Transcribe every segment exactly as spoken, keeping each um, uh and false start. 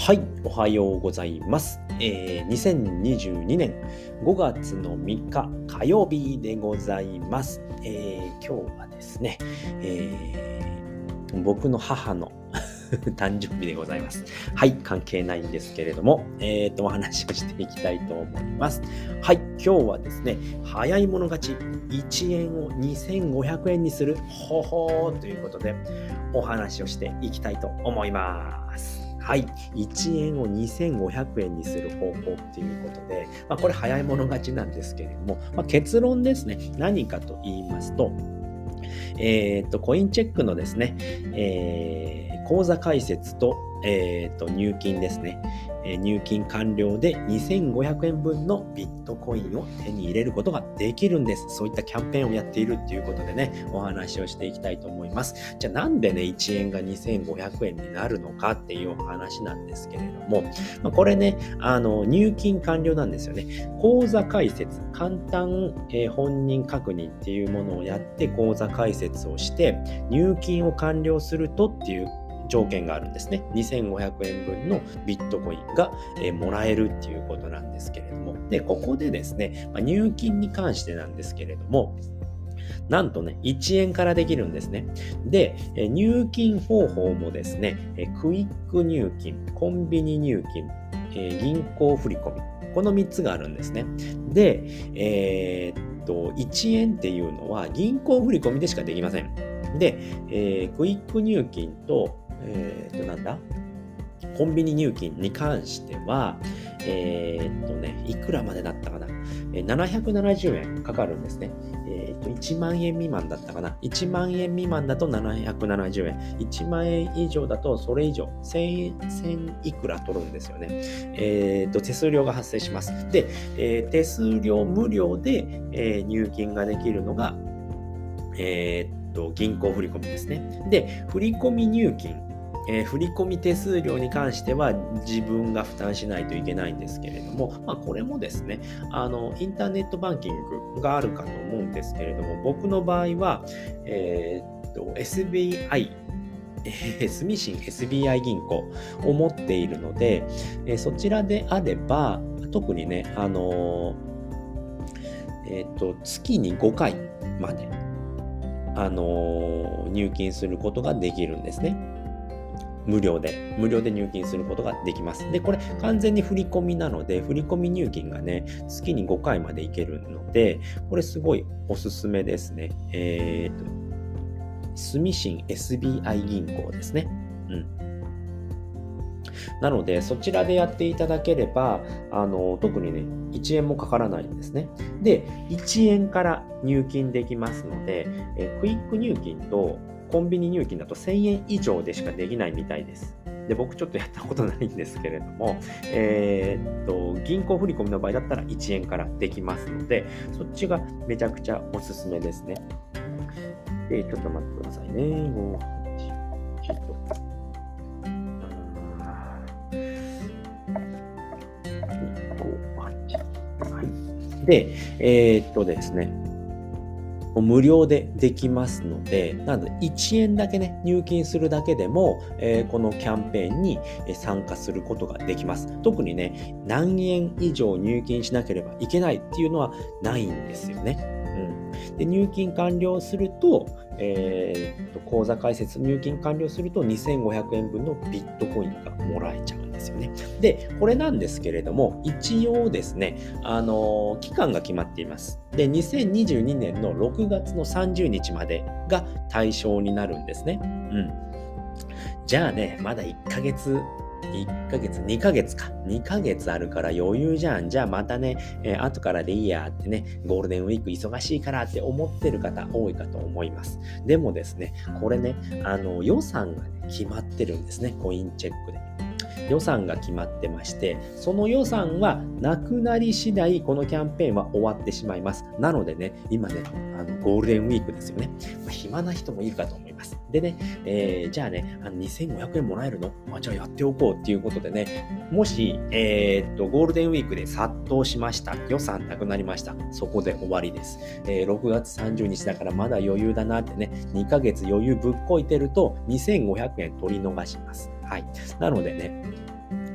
はい、おはようございます。えー、にせんにじゅうにねんごがつのみっか火曜日でございます。えー、今日はですね、えー、僕の母の誕生日でございます。はい、関係ないんですけれども、えーと、お話をしていきたいと思います。はい、今日はですね、早い者勝ち、いちえんをにせんごひゃくえんにする方法ということで、お話をしていきたいと思います。はい。いちえんをにせんごひゃくえんにする方法っていうことで、まあ、これ早い者勝ちなんですけれども、まあ、結論ですね。何かと言いますと、えー、っと、コインチェックのですね、えー、口座開設と、えー、っと、入金ですね。えー、入金完了でにせんごひゃくえんぶんのビットコインを手に入れることができるんです。そういったキャンペーンをやっているっていうことでね、お話をしていきたいと思います。じゃあなんでね、いちえんがにせんごひゃくえんになるのかっていうお話なんですけれども、まあ、これね、あの、入金完了なんですよね。口座開設、簡単、えー、本人確認っていうものをやって口座開設をして、入金を完了するとっていう条件があるんですね。にせんごひゃくえんぶんのビットコインが、えー、もらえるっていうことなんですけれども。で、ここでですね、まあ、入金に関してなんですけれども、なんとね、いちえんからできるんですね。で、えー、入金方法もですね、えー、クイック入金、コンビニ入金、えー、銀行振込、このみっつがあるんですね。で、えー、っと、いちえんっていうのは銀行振込でしかできません。で、えー、クイック入金と、えー、っと、なんだコンビニ入金に関しては、えー、っとね、いくらまでだったかな、えー、ななひゃくななじゅうえんかかるんですね。えー、っと、いちまんえん未満だったかな。いちまんえん未満だとななひゃくななじゅうえん。いちまんえん以上だとそれ以上、せん、せんいくら取るんですよね。えー、っと、手数料が発生します。で、えー、手数料無料で、えー、入金ができるのが、えー、っと、銀行振込ですね。で、振込入金。えー、振込手数料に関しては自分が負担しないといけないんですけれども、まあ、これもですね、あの、インターネットバンキングがあるかと思うんですけれども、僕の場合は、えー、っと、エスビーアイ、えー、住信 エスビーアイ 銀行を持っているので、えー、そちらであれば、特にね、あのー、えー、っと、月にごかいまで、あのー、入金することができるんですね。無料で、無料で入金することができます。で、これ完全に振り込みなので、振り込み入金がね、月にごかいまでいけるので、これすごいおすすめですね。えーと、住信 エスビーアイ 銀行ですね。うん。なので、そちらでやっていただければ、あの、特にね、いちえんもかからないんですね。で、いちえんから入金できますので、えクイック入金とコンビニ入金だとせんえん以上でしかできないみたいです。で、僕ちょっとやったことないんですけれども、えー、っと、銀行振込の場合だったらいちえんからできますので、そっちがめちゃくちゃおすすめですね。で、ちょっと待ってくださいね。ご、はち、ちょっと。はい。で、えー、っとですね。無料でできますので、なのでいちえんだけね、入金するだけでも、えー、このキャンペーンに参加することができます。特にね、何円以上入金しなければいけないっていうのはないんですよね。うん、で入金完了すると、えー、と口座開設入金完了するとにせんごひゃくえんぶんのビットコインがもらえちゃうんですよね。で、これなんですけれども、一応ですね、あのー、期間が決まっています。で、にせんにじゅうにねんのろくがつのさんじゅうにちまでが対象になるんですね。うん。じゃあね、まだいっかげつ、いっかげつ、にかげつか。にかげつあるから余裕じゃん。じゃあまたね、えー、後からでいいやってね、ゴールデンウィーク忙しいからって思ってる方多いかと思います。でもですね、これね、あの、予算が、ね、決まってるんですね、コインチェックで。予算が決まってまして、その予算はなくなり次第、このキャンペーンは終わってしまいます。なのでね、今ね、あのゴールデンウィークですよね。まあ、暇な人もいるかと思います。でね、えー、じゃあね、あのにせんごひゃくえんもらえるの？あ、じゃあやっておこうっていうことでね、もし、えー、っと、ゴールデンウィークで殺到しました。予算なくなりました。そこで終わりです。えー、ろくがつさんじゅうにちだからまだ余裕だなってね、にかげつ余裕ぶっこいてるとにせんごひゃくえん取り逃します。はい。なのでね、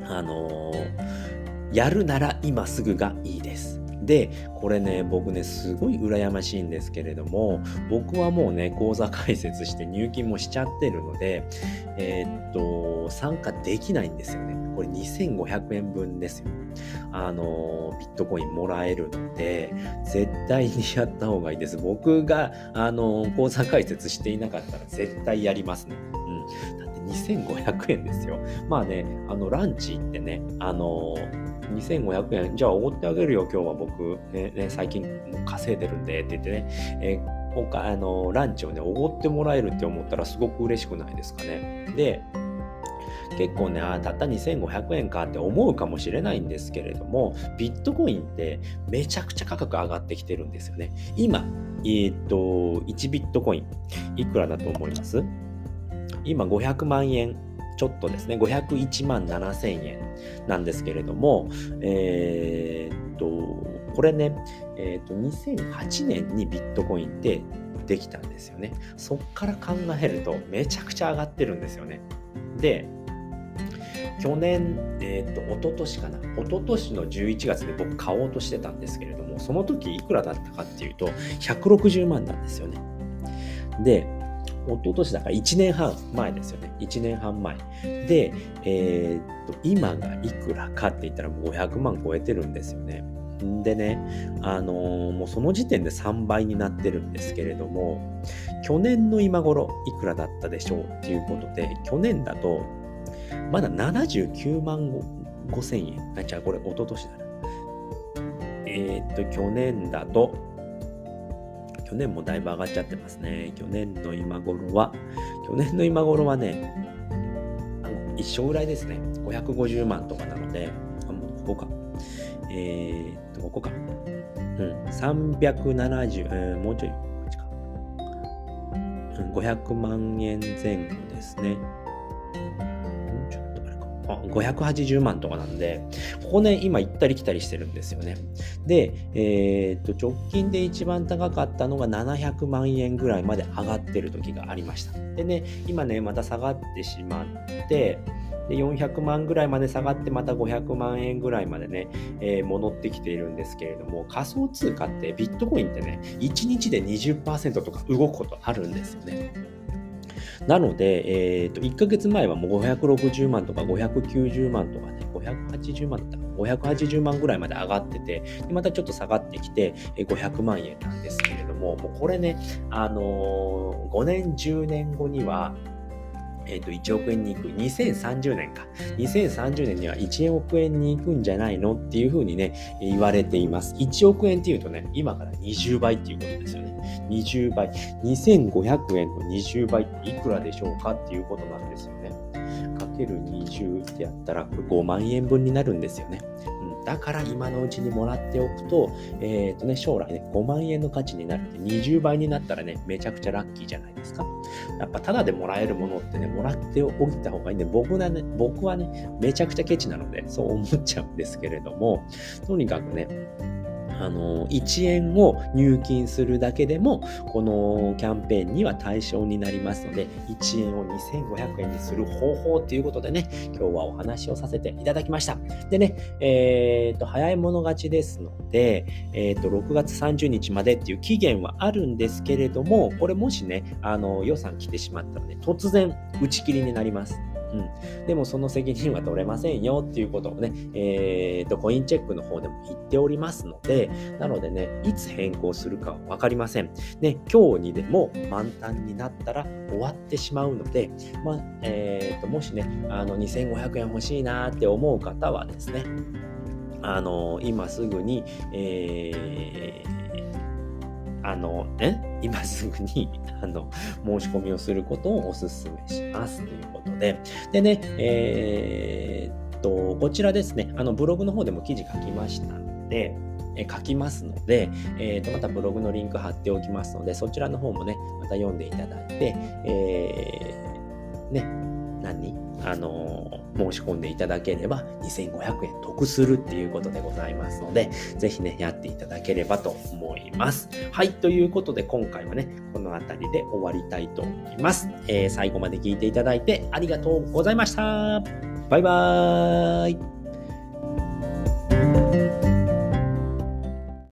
あのー、やるなら今すぐがいいです。で、これね、僕ね、すごい羨ましいんですけれども、僕はもうね、口座開設して入金もしちゃってるので、えーっと、参加できないんですよね。これにせんごひゃくえんぶんですよ。あの、ビットコインもらえるので、絶対にやった方がいいです。僕が、あの、口座開設していなかったら絶対やりますね。うん。だってにせんごひゃくえんですよ。まあね、あの、ランチ行ってね、あの、にせんごひゃくえん、じゃあおごってあげるよ、今日は僕、ねね、最近もう稼いでるんで、って言ってね、えー、今回、あの、ランチをね、おごってもらえるって思ったらすごく嬉しくないですかね。で、結構ね、あたったにせんごひゃくえんかって思うかもしれないんですけれども、ビットコインってめちゃくちゃ価格上がってきてるんですよね。今、えー、っと、いちビットコイン、いくらだと思います？今ごひゃくまんえんちょっとですね、ごひゃくいちまんななせんえんなんですけれども、えー、っと、これね、えー、っと、にせんはちねんにビットコインってできたんですよね。そっから考えるとめちゃくちゃ上がってるんですよね。で、去年、えー、っと、一昨年かな。一昨年のじゅういちがつで僕買おうとしてたんですけれども、その時いくらだったかっていうと、ひゃくろくじゅうまんなんですよね。で、一昨年だからいちねんはん前ですよね。いちねんはん前。で、えー、っと、今がいくらかって言ったらもうごひゃくまん超えてるんですよね。でね、あのー、もうその時点でさんばいになってるんですけれども、去年の今頃いくらだったでしょうっていうことで、去年だと、まだななじゅうきゅうまんごせんえん。あ、じゃあこれ一昨年だな。えー、っと、去年だと、去年もだいぶ上がっちゃってますね。去年の今頃は、去年の今頃はね、あの一緒ぐらいですね。ごひゃくごじゅうまんとかなので、あ、もうここか。えー、っと、ここか。うん、さんびゃくななじゅう、えー、もうちょい、こっちか。うん、ごひゃくまんえんぜん後ですね。ちょっとあれか。あ、ごひゃくはちじゅうまんとかなんで、ここね、今行ったり来たりしてるんですよね。で、えー、っと、直近で一番高かったのがななひゃくまんえんぐらいまで上がってる時がありました。でね、今ね、また下がってしまって、で、よんひゃくまんぐらいまで下がって、またごひゃくまんえんぐらいまでね、えー、戻ってきているんですけれども、仮想通貨ってビットコインってね、いちにちで にじゅっパーセント とか動くことあるんですよね。なので、えー、といっかげつまえはもうごひゃくろくじゅうまんとかごひゃくきゅうじゅうまんとかね、ごひゃくはちじゅうまんだったかごひゃくはちじゅうまんぐらいまで上がってて、でまたちょっと下がってきてごひゃくまんえんなんですけれども、もうこれね、あのー、ごねん、じゅうねんごには、えっと、いちおくえんに行く。にせんさんじゅうねんか。にせんさんじゅうねんにはいちおくえんに行くんじゃないのっていうふうにね、言われています。いちおくえんっていうとね、今からにじゅうばいっていうことですよね。にじゅうばい。にせんごひゃくえんのにじゅうばいっていくらでしょうかっていうことなんですよね。かけるにじゅうってやったら、これごまんえんぶんになるんですよね。うん、だから今のうちにもらっておくと、えっとね、将来ね、ごまんえんの価値になるんで、にじゅうばいになったらね、めちゃくちゃラッキーじゃないですか。やっぱタダでもらえるものってね、もらっておいた方がいいんで、僕はね、僕はね、めちゃくちゃケチなので、そう思っちゃうんですけれども、とにかくね、あの、いちえんを入金するだけでも、このキャンペーンには対象になりますので、いちえんをにせんごひゃくえんにする方法ということでね、今日はお話をさせていただきました。でね、えっと、早い者勝ちですので、えっと、ろくがつさんじゅうにちまでっていう期限はあるんですけれども、これもしね、あの、予算来てしまったらね、突然打ち切りになります。うん、でもその責任は取れませんよっていうことをね、えーと、コインチェックの方でも言っておりますので、なのでね、いつ変更するかはわかりません。ね、今日にでも満タンになったら終わってしまうので、まあ、えーと、もしね、あの、にせんごひゃくえん欲しいなって思う方はですね、あの、今すぐに、えーあの、ね、今すぐに、あの、申し込みをすることをお勧めしますということで。でね、えー、っと、こちらですね、あの、ブログの方でも記事書きましたので、え書きますので、えー、とまたブログのリンク貼っておきますので、そちらの方もね、また読んでいただいて、えー、ね、何あのー、申し込んでいただければにせんごひゃくえん得するっていうことでございますので、ぜひね、やっていただければと思います。はい、ということで今回はね、この辺りで終わりたいと思います。えー、最後まで聞いていただいてありがとうございました。 バイバーイ。